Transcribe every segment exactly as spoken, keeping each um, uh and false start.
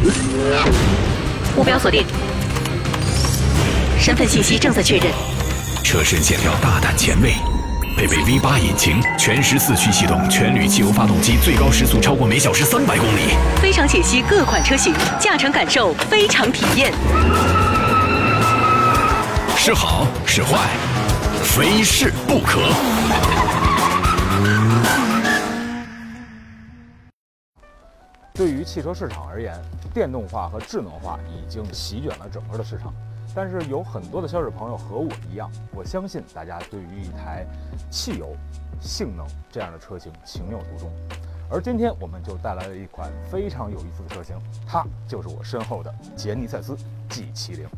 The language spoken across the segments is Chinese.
目标锁定，身份信息正在确认。 车身线条大胆前卫，配备 V 八 引擎，全时四驱系统，全铝汽油发动机，最高时速超过每小时三百公里。 非常解析各款车型，驾乘感受非常体验。 是好是坏，非试不可。 对于汽车市场而言，电动化和智能化已经席卷了整个的市场。但是有很多的消费者朋友和我一样，我相信大家对于一台汽油、性能这样的车型情有独钟。而今天我们就带来了一款非常有意思的车型，它就是我身后的杰尼赛斯 G 七十。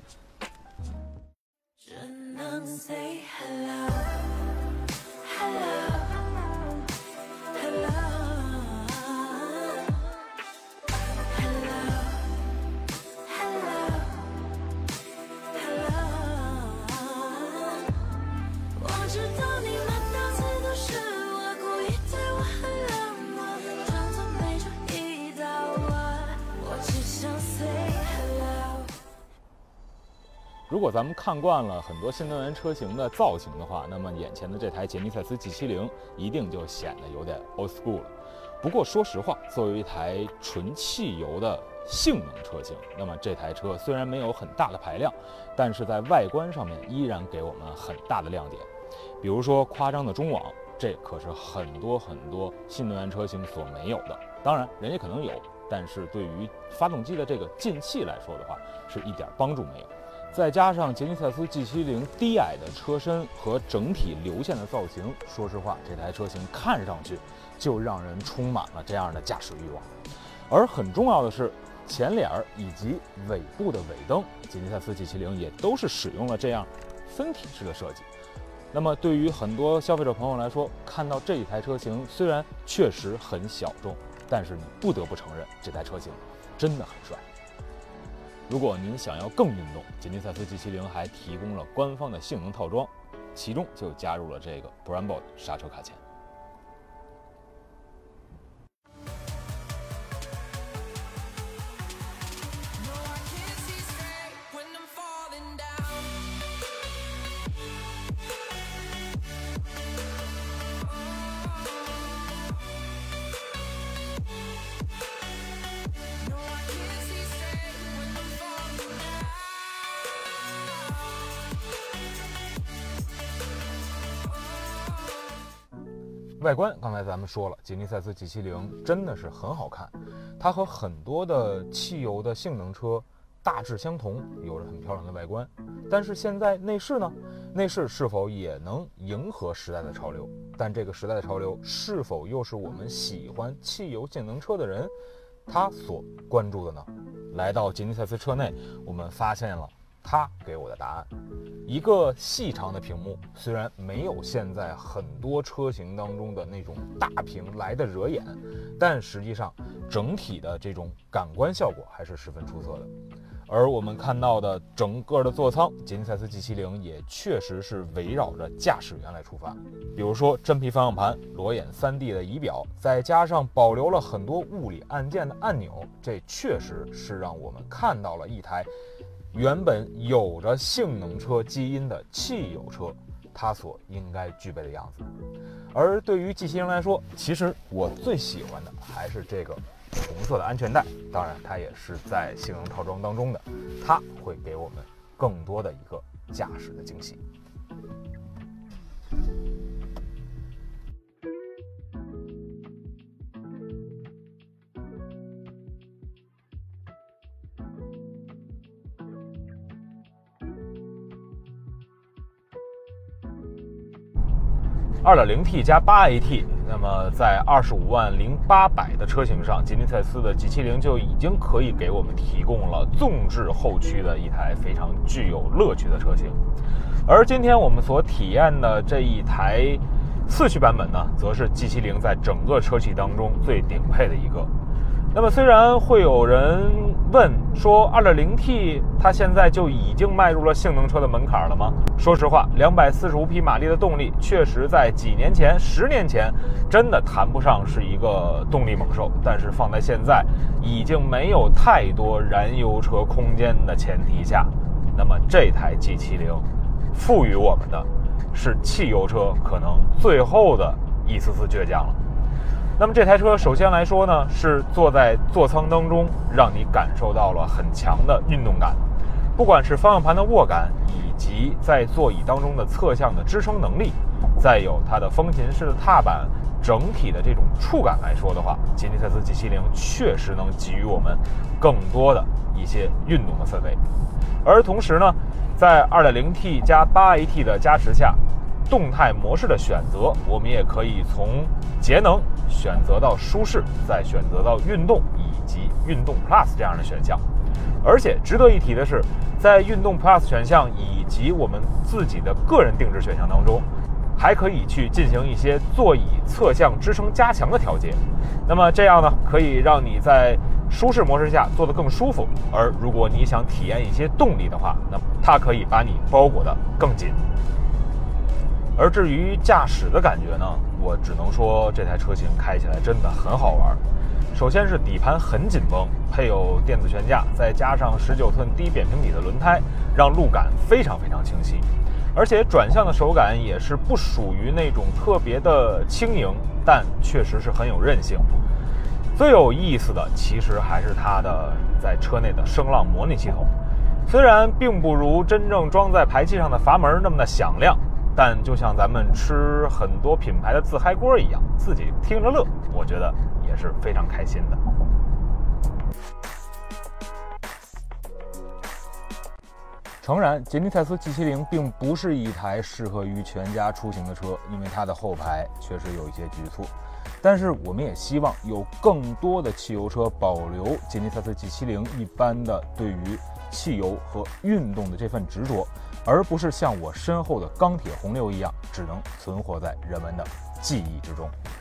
只能 say hello, hello, hello, hello, hello, hello。我知道你满脑子都是我，故意对我很冷漠，装作没注意到我，我只想 say hello。 如果咱们看惯了很多新能源车型的造型的话，那么眼前的这台杰尼赛斯 G 七十 一定就显得有点 old school 了。不过说实话，作为一台纯汽油的性能车型，那么这台车虽然没有很大的排量，但是在外观上面依然给我们很大的亮点。比如说夸张的中网，这可是很多很多新能源车型所没有的。当然人家可能有，但是对于发动机的这个进气来说的话，是一点帮助没有。再加上杰尼赛斯 G 七十 低矮的车身和整体流线的造型，说实话，这台车型看上去就让人充满了这样的驾驶欲望。而很重要的是，前脸以及尾部的尾灯，杰尼赛斯 G 七十 也都是使用了这样分体式的设计。那么对于很多消费者朋友来说，看到这一台车型虽然确实很小众，但是你不得不承认这台车型真的很帅。如果您想要更运动，杰尼赛斯 G 七十 还提供了官方的性能套装，其中就加入了这个 Brembo 刹车卡钳。外观刚才咱们说了，杰尼赛斯 G 七十 真的是很好看，它和很多的汽油的性能车大致相同，有着很漂亮的外观。但是现在内饰呢？内饰是否也能迎合时代的潮流？但这个时代的潮流是否又是我们喜欢汽油性能车的人他所关注的呢？来到杰尼赛斯车内，我们发现了他给我的答案。一个细长的屏幕，虽然没有现在很多车型当中的那种大屏来的惹眼，但实际上整体的这种感官效果还是十分出色的。而我们看到的整个的座舱，杰尼赛斯 G 七十 也确实是围绕着驾驶员来出发。比如说真皮方向盘、裸眼 三 D 的仪表，再加上保留了很多物理按键的按钮，这确实是让我们看到了一台原本有着性能车基因的汽油车它所应该具备的样子。而对于 G 七十 来说，其实我最喜欢的还是这个红色的安全带，当然它也是在性能套装当中的，它会给我们更多的一个驾驶的惊喜。二点零 T 加八 A T， 那么在二十五万零八百的车型上，杰尼赛斯的 G 七十 就已经可以给我们提供了纵置后驱的一台非常具有乐趣的车型。而今天我们所体验的这一台四驱版本呢，则是 G 七十 在整个车企当中最顶配的一个。 那么虽然会有人问说 二点零 T 它现在就已经迈入了性能车的门槛了吗？说实话，两百四十五匹马力的动力确实在几年前十年前真的谈不上是一个动力猛兽，但是放在现在已经没有太多燃油车空间的前提下，那么这台 G 七零 赋予我们的是汽油车可能最后的一丝丝倔强了。那么这台车首先来说呢，是坐在座舱当中让你感受到了很强的运动感，不管是方向盘的握感，以及在座椅当中的侧向的支撑能力，再有它的风琴式的踏板，整体的这种触感来说的话，吉尼赛斯 G 七零 确实能给予我们更多的一些运动的氛围。而同时呢，在 二点零 T 加 八 A T 的加持下，动态模式的选择，我们也可以从节能选择到舒适，再选择到运动以及运动 Plus 这样的选项。而且值得一提的是，在运动 Plus 选项以及我们自己的个人定制选项当中，还可以去进行一些座椅侧向支撑加强的调节。那么这样呢，可以让你在舒适模式下做得更舒服，而如果你想体验一些动力的话，那么它可以把你包裹得更紧。而至于驾驶的感觉呢，我只能说这台车型开起来真的很好玩。首先是底盘很紧绷，配有电子悬架，再加上十九寸低扁平底的轮胎，让路感非常非常清晰。而且转向的手感也是不属于那种特别的轻盈，但确实是很有韧性。最有意思的其实还是它的在车内的声浪模拟系统，虽然并不如真正装在排气上的阀门那么的响亮，但就像咱们吃很多品牌的自嗨锅一样，自己听着乐，我觉得也是非常开心的。诚然，杰尼赛斯 G 七零 并不是一台适合于全家出行的车，因为它的后排确实有一些局促。但是我们也希望有更多的汽油车保留杰尼赛斯 G 七零 一般的对于汽油和运动的这份执着，而不是像我身后的钢铁洪流一样，只能存活在人们的记忆之中。